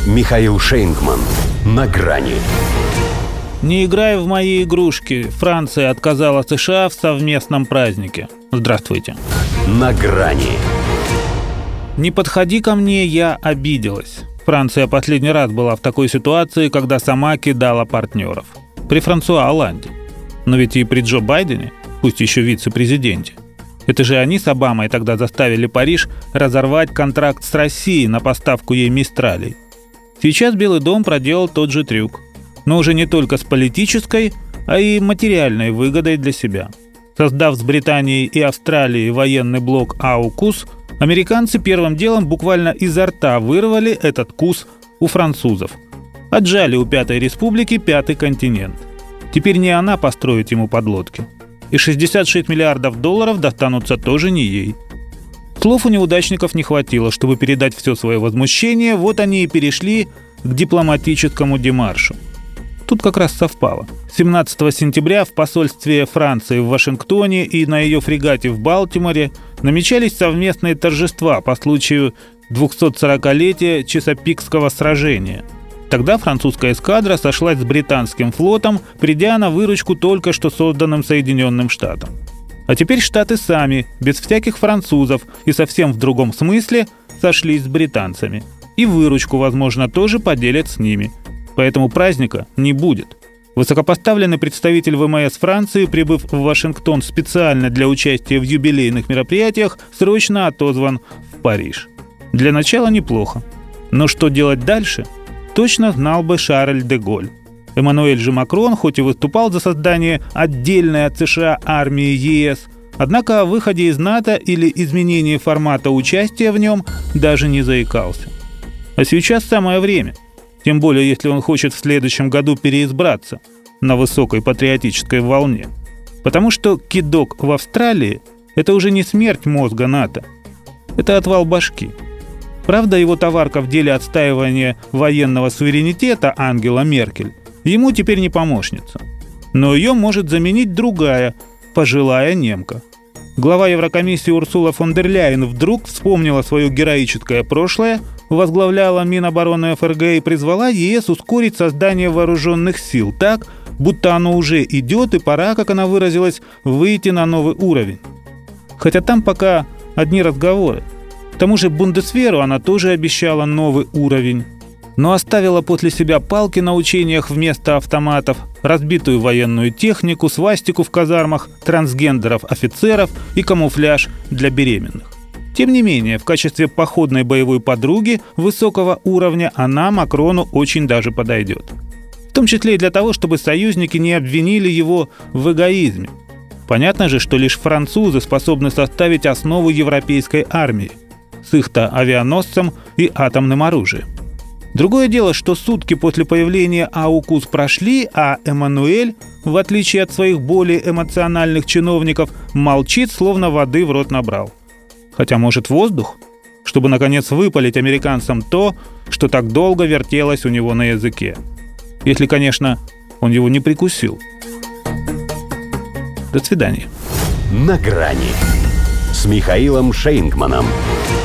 Михаил Шейнгман. На грани. Не играя в мои игрушки, Франция отказала США в совместном празднике. Здравствуйте. На грани. Не подходи ко мне, я обиделась. Франция последний раз была в такой ситуации, когда сама кидала партнеров. При Франсуа Олланде. Но ведь и при Джо Байдене, пусть еще вице-президенте. Это же они с Обамой тогда заставили Париж разорвать контракт с Россией на поставку ей мистралей. Сейчас Белый дом проделал тот же трюк. Но уже не только с политической, а и материальной выгодой для себя. Создав с Британией и Австралией военный блок AUKUS, американцы первым делом буквально изо рта вырвали этот кус у французов. Отжали у Пятой Республики Пятый континент. Теперь не она построит ему подлодки. И 66 миллиардов долларов достанутся тоже не ей. Слов у неудачников не хватило, чтобы передать все свое возмущение, вот они и перешли к дипломатическому демаршу. Тут как раз совпало. 17 сентября в посольстве Франции в Вашингтоне и на ее фрегате в Балтиморе намечались совместные торжества по случаю 240-летия Чесапикского сражения. Тогда французская эскадра сошлась с британским флотом, придя на выручку только что созданным Соединенным Штатам. А теперь Штаты сами, без всяких французов и совсем в другом смысле, сошлись с британцами. И выручку, возможно, тоже поделят с ними. Поэтому праздника не будет. Высокопоставленный представитель ВМС Франции, прибыв в Вашингтон специально для участия в юбилейных мероприятиях, срочно отозван в Париж. Для начала неплохо. Но что делать дальше, точно знал бы Шарль де Голль. Эммануэль же Макрон, хоть и выступал за создание отдельной от США армии ЕС, однако о выходе из НАТО или изменении формата участия в нем даже не заикался. А сейчас самое время. Тем более, если он хочет в следующем году переизбраться на высокой патриотической волне. Потому что кидок в Австралии – это уже не смерть мозга НАТО. Это отвал башки. Правда, его товарка в деле отстаивания военного суверенитета Ангела Меркель ему теперь не помощница. Но ее может заменить другая, пожилая немка. Глава Еврокомиссии Урсула фон дер Ляйен вдруг вспомнила свое героическое прошлое, возглавляла Минобороны ФРГ и призвала ЕС ускорить создание вооруженных сил так, будто оно уже идет и пора, как она выразилась, выйти на новый уровень. Хотя там пока одни разговоры. К тому же Бундесверу она тоже обещала новый уровень, но оставила после себя палки на учениях вместо автоматов, разбитую военную технику, свастику в казармах, трансгендеров-офицеров и камуфляж для беременных. Тем не менее, в качестве походной боевой подруги высокого уровня она Макрону очень даже подойдет. В том числе и для того, чтобы союзники не обвинили его в эгоизме. Понятно же, что лишь французы способны составить основу европейской армии с их-то авианосцем и атомным оружием. Другое дело, что сутки после появления AUKUS прошли, а Эммануэль, в отличие от своих более эмоциональных чиновников, молчит, словно воды в рот набрал. Хотя, может, воздух? Чтобы, наконец, выпалить американцам то, что так долго вертелось у него на языке. Если, конечно, он его не прикусил. До свидания. На грани с Михаилом Шейнгманом.